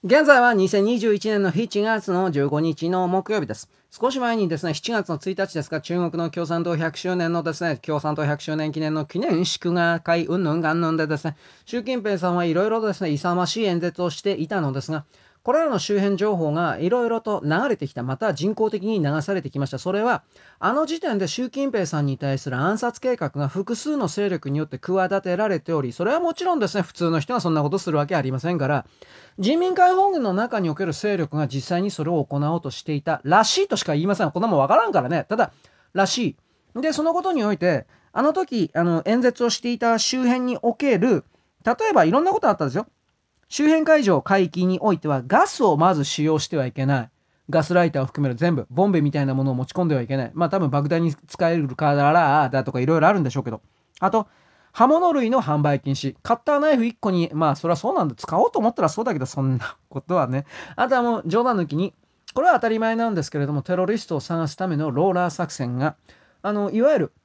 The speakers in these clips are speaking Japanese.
現在は2021年の7月の15日の木曜日です。少し前にですね、7月の1日ですが、中国の共産党100周年のですね、共産党100周年記念の記念祝賀会、うんぬんがんぬんでですね、習近平さんはいろいろとですね、勇ましい演説をしていたのですが、これらの周辺情報がいろいろと流れてきた、また人工的に流されてきました。それは、あの時点で習近平さんに対する暗殺計画が複数の勢力によって企てられており、それはもちろんですね、普通の人がそんなことするわけありませんから、人民解放軍の中における勢力が実際にそれを行おうとしていたらしいとしか言いません。こんなもんわからんからね。ただ、らしい。で、そのことにおいて、あの時、演説をしていた周辺における、例えばいろんなことあったんですよ。周辺海上、海域においては、ガスをまず使用してはいけない。ガスライターを含める全部、ボンベみたいなものを持ち込んではいけない。まあ多分爆弾に使えるからだとかいろいろあるんでしょうけど。あと、刃物類の販売禁止。カッターナイフ1個に、まあそれはそうなんだ。使おうと思ったらそうだけど、そんなことはね。あとはもう冗談抜きに、これは当たり前なんですけれども、テロリストを探すためのローラー作戦が、いわゆる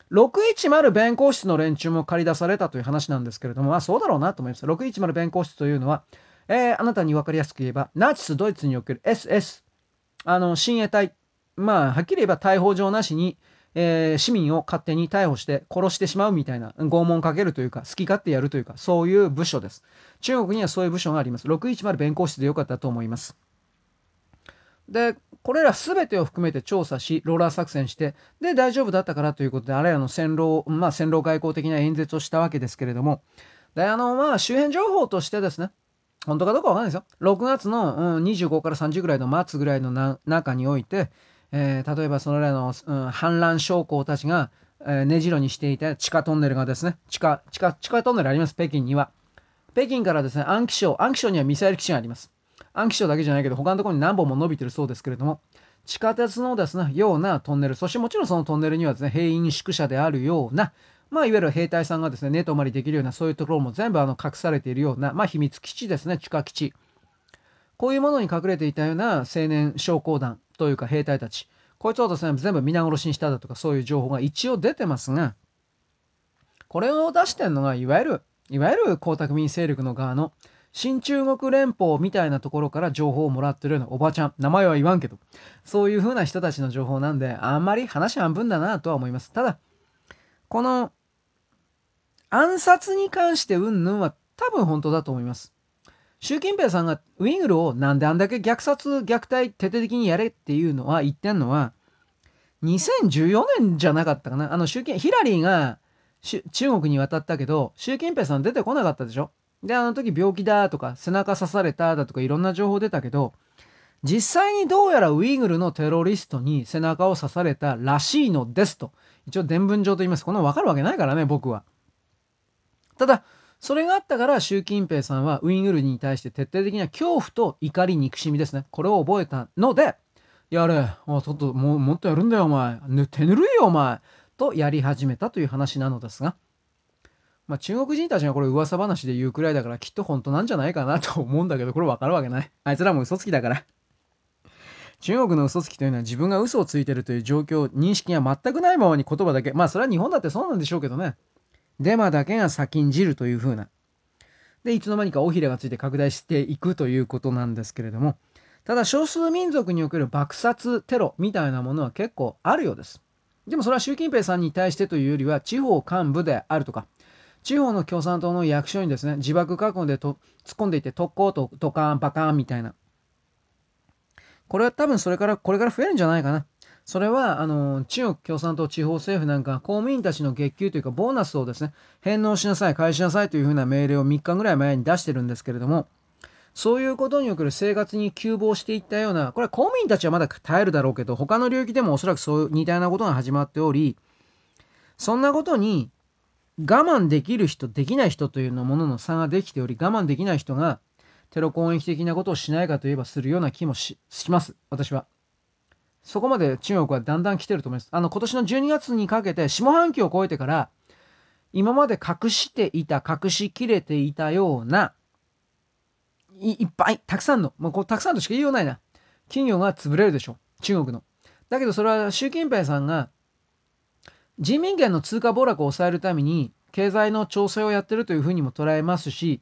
610弁公室の連中も借り出されたという話なんですけれども、そうだろうなと思います。610弁公室というのは、あなたに分かりやすく言えば、ナチスドイツにおける SS、親衛隊、まあ、はっきり言えば逮捕状なしに、市民を勝手に逮捕して殺してしまうみたいな、拷問かけるというか、好き勝手やるというか、そういう部署です。中国にはそういう部署があります。610弁公室でよかったと思います。で、これら全てを含めて調査し、ローラー作戦して、で、大丈夫だったからということで、あれらの戦狼外交的な演説をしたわけですけれども、で、周辺情報としてですね、本当かどうかわかんないですよ。6月の、25から30ぐらいの末ぐらいの中において、例えばそれらの、反乱将校たちが、根城にしていた地下トンネルがですね、地下トンネルあります、北京には。北京からですね、安徽省にはミサイル基地があります。安徽省だけじゃないけど、他のところに何本も伸びてるそうですけれども、地下鉄のですね、ようなトンネル、そしてもちろんそのトンネルにはですね、兵員宿舎であるような、まあ、いわゆる兵隊さんがですね、寝泊まりできるような、そういうところも全部隠されているような、まあ、秘密基地ですね、地下基地。こういうものに隠れていたような青年将校団というか兵隊たち、こいつをですね、全部皆殺しにしただとか、そういう情報が一応出てますが、これを出してるのが、いわゆる江沢民勢力の側の新中国連邦みたいなところから情報をもらってるようなおばちゃん、名前は言わんけど、そういう風な人たちの情報なんで、あんまり話半分だなとは思います。ただ、この暗殺に関して云々は多分本当だと思います。習近平さんがウイグルをなんであんだけ虐殺、虐待、徹底的にやれっていうのは言ってんのは、2014年じゃなかったかな。ヒラリーが中国に渡ったけど、習近平さん出てこなかったでしょ。で、あの時病気だとか、背中刺されただとかいろんな情報出たけど、実際にどうやらウイグルのテロリストに背中を刺されたらしいのですと。一応伝聞上と言います。こんなの分かるわけないからね、僕は。ただ、それがあったから習近平さんはウイグルに対して徹底的な恐怖と怒り憎しみですね。これを覚えたので、やれ、ちょっともっとやるんだよ、お前。手ぬるいよ、お前。とやり始めたという話なのですが、まあ、中国人たちがこれ噂話で言うくらいだからきっと本当なんじゃないかなと思うんだけど、これわかるわけない。あいつらも嘘つきだから。中国の嘘つきというのは自分が嘘をついてるという状況、認識が全くないままに言葉だけ。まあそれは日本だってそうなんでしょうけどね。デマだけが先んじるという風な。で、いつの間にか尾ひれがついて拡大していくということなんですけれども、ただ少数民族における爆殺テロみたいなものは結構あるようです。でもそれは習近平さんに対してというよりは地方幹部であるとか、地方の共産党の役所にですね、自爆囲んで突っ込んでいって特攻とドカーンバカーンみたいな。これは多分これから増えるんじゃないかな。それは、中国共産党地方政府なんか公務員たちの月給というかボーナスをですね、返納しなさい、返しなさいというふうな命令を3日ぐらい前に出してるんですけれども、そういうことにおける生活に急防していったような、これは公務員たちはまだ耐えるだろうけど、他の領域でもおそらくそういう似たようなことが始まっており、そんなことに我慢できる人、できない人というのものの差ができており、我慢できない人がテロ攻撃的なことをしないかといえばするような気もします、私は。そこまで中国はだんだん来てると思います。今年の12月にかけて下半期を超えてから、今まで隠しきれていたような、いっぱい、たくさんの、もうこうたくさんとしか言いようないな。企業が潰れるでしょ。中国の。だけどそれは習近平さんが人民元の通貨暴落を抑えるために経済の調整をやってるというふうにも捉えますし、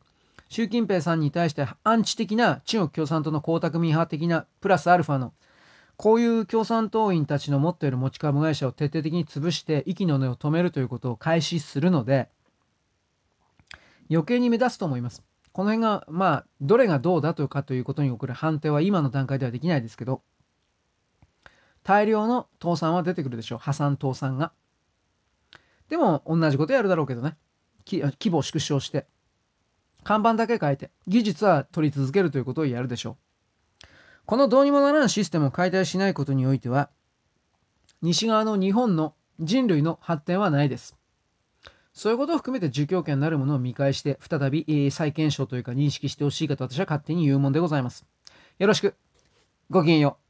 習近平さんに対してアンチ的な中国共産党の江沢民派的なプラスアルファのこういう共産党員たちの持っている持ち株会社を徹底的に潰して息の根を止めるということを開始するので、余計に目立つと思います。この辺がどれがどうだとかということに送る判定は今の段階ではできないですけど、大量の倒産は出てくるでしょう。破産倒産が。でも同じことやるだろうけどね。規模を縮小して看板だけ変えて技術は取り続けるということをやるでしょう。このどうにもならんシステムを解体しないことにおいては、西側の日本の人類の発展はないです。そういうことを含めて儒教権なるものを見返して再び再検証というか認識してほしいかと私は勝手に言うもんでございます。よろしく。ごきげんよう。